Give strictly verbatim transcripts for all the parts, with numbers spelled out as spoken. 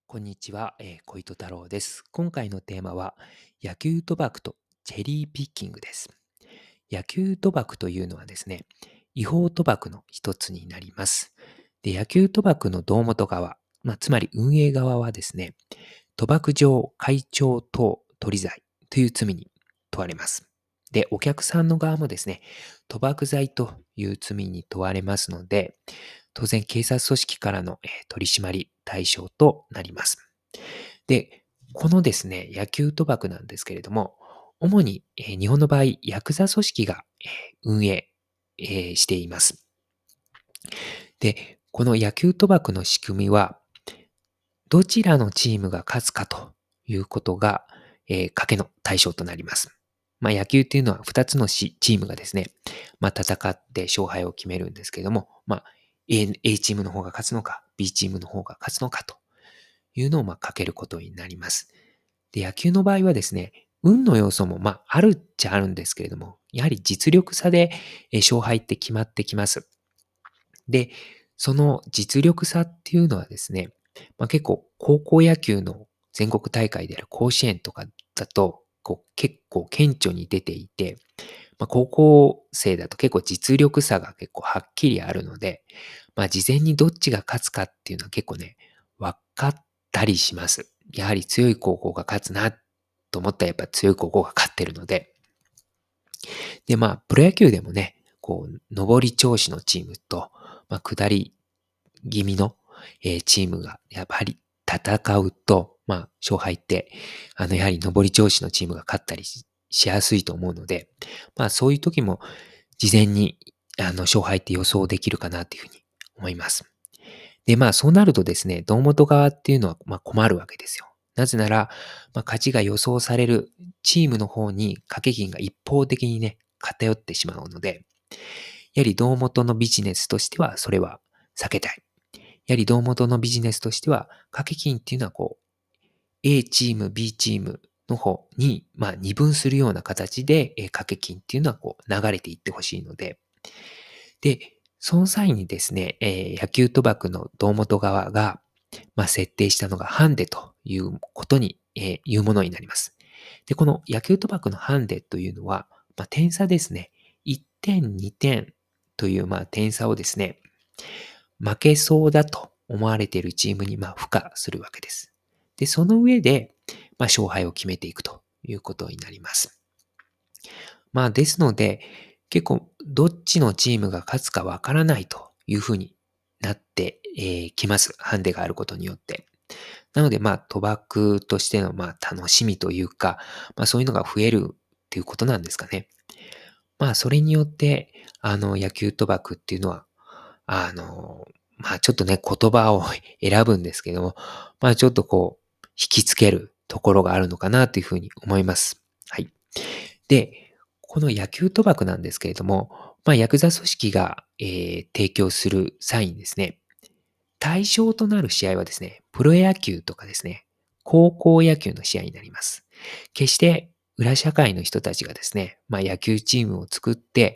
こんにちは、えー小糸太郎です。今回のテーマは、野球賭博とチェリーピッキングです。野球賭博というのはですね、違法賭博の一つになります。で、野球賭博の胴元側、まあ、つまり運営側はですね、賭博場会長等取罪という罪に問われます。で、お客さんの側もですね、賭博罪という罪に問われますので、当然警察組織からのえー取り締まり対象となります。で、このですね、野球賭博なんですけれども、主に、えー日本の場合、ヤクザ組織が、えー運営、えーしています。で、この野球賭博の仕組みは、どちらのチームが勝つかということが、えー賭けの対象となります。まあ、野球っていうのはふたつのしチームがですね、まあ、戦って勝敗を決めるんですけれども、まあ、A, A チームの方が勝つのか、B チームの方が勝つのかというのを、まあ、かけることになります。で、野球の場合はですね、運の要素も、まあ、あるっちゃあるんですけれども、やはり実力差でえー勝敗って決まってきます。で、その実力差っていうのはですね、まあ、結構高校野球の全国大会である甲子園とかだと、こう結構顕著に出ていて、まあ、高校生だと結構実力差が結構はっきりあるので、まあ、事前にどっちが勝つかっていうのは結構ね、分かったりします。やはり強い高校が勝つなと思ったらやっぱ強い高校が勝ってるので。で、まあ、プロ野球でもね、こう、上り調子のチームと、まあ、下り気味の、えーチームがやっぱり戦うと、まあ、勝敗って、あの、やはり上り調子のチームが勝ったりししやすいと思うので、まあ、そういう時も事前に、あの、勝敗って予想できるかなというふうに思います。で、まあ、そうなるとですね、胴元側っていうのは、まあ、困るわけですよ。なぜなら、まあ、勝ちが予想されるチームの方に掛け金が一方的にね、偏ってしまうので、やはり胴元のビジネスとしては、それは避けたい。やはり胴元のビジネスとしては、掛け金っていうのはこう、A チーム、B チームの方に、まあ、二分するような形で、えー掛け金っていうのはこう、流れていってほしいので、で、その際にですね、えー野球賭博の胴元側が、まあ、設定したのがハンデということに、えーいうものになります。で、この野球賭博のハンデというのは、まあ、点差ですね。いってん、にてんという、まあ、点差をですね、負けそうだと思われているチームに、まあ、付加するわけです。で、その上で、まあ、勝敗を決めていくということになります。まあ、ですので、結構、どっちのチームが勝つかわからないというふうになってき、えーきます。ハンデがあることによって。なので、まあ、賭博としての、まあ、楽しみというか、まあ、そういうのが増えるっていうことなんですかね。まあ、それによって、あの、野球賭博っていうのは、あの、まあ、ちょっとね、言葉を選ぶんですけども、まあ、ちょっとこう、引きつけるところがあるのかなというふうに思います。はい。で、この野球賭博なんですけれども、まあ、ヤクザ組織が、えー提供する際にですね、対象となる試合はですね、プロ野球とかですね、高校野球の試合になります。決して裏社会の人たちがですね、まあ、野球チームを作って、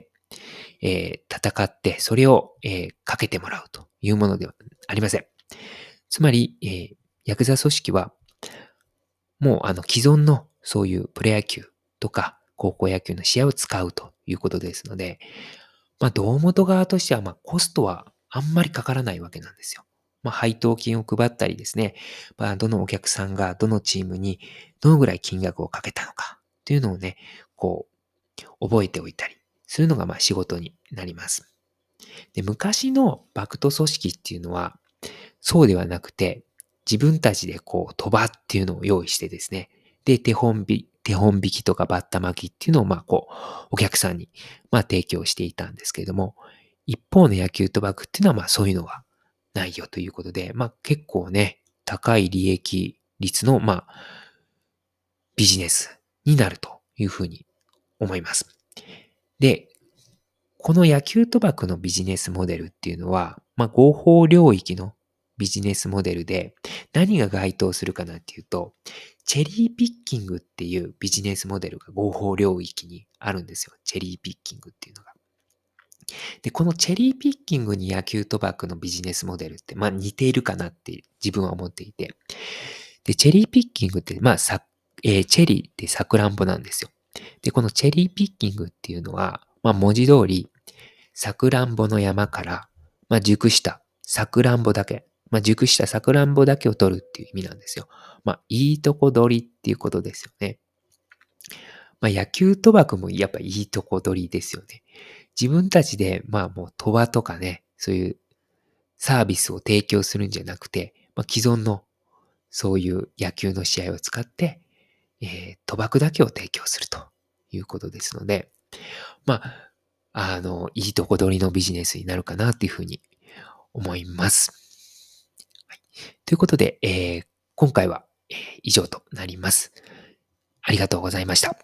えー戦って、それを、えーかけてもらうというものではありません。つまり、えーヤクザ組織は、もうあの既存のそういうプロ野球とか高校野球の試合を使うということですので、まあ、胴元側としては、まあ、コストはあんまりかからないわけなんですよ。まあ、配当金を配ったりですね、まあ、どのお客さんがどのチームにどのぐらい金額をかけたのかっていうのをね、こう、覚えておいたりするのが、まあ、仕事になります。で、昔のバクト組織っていうのは、そうではなくて、自分たちでこう、賭場っていうのを用意してですね、で、手本び、手本引きとかバッタ巻きっていうのを、まあ、こう、お客さんに、まあ、提供していたんですけれども、一方の野球賭博っていうのは、まあ、そういうのはないよということで、まあ、結構ね、高い利益率の、まあ、ビジネスになるというふうに思います。で、この野球賭博のビジネスモデルっていうのは、まあ、合法領域のビジネスモデルで、何が該当するかなっていうと、チェリーピッキングっていうビジネスモデルが合法領域にあるんですよ。チェリーピッキングっていうのが。 で、このチェリーピッキングに野球賭博のビジネスモデルって、まあ似ているかなって自分は思っていて。で、チェリーピッキングって、まあさ、えーチェリーってさくらんぼなんですよ。で、このチェリーピッキングっていうのは、まあ文字通り、さくらんぼの山から、まあ熟したさくらんぼだけ、まあ熟したさくらんぼだけを取るっていう意味なんですよ。まあいいとこ取りっていうことですよね。まあ野球賭博もやっぱいいとこ取りですよね。自分たちで、まあもう賭場とかね、そういうサービスを提供するんじゃなくて、まあ、既存のそういう野球の試合を使って、えー賭博だけを提供するということですので、まあ、あの、いいとこ取りのビジネスになるかなっていうふうに思います。はい、ということで、えー今回は、えー以上となります。ありがとうございました。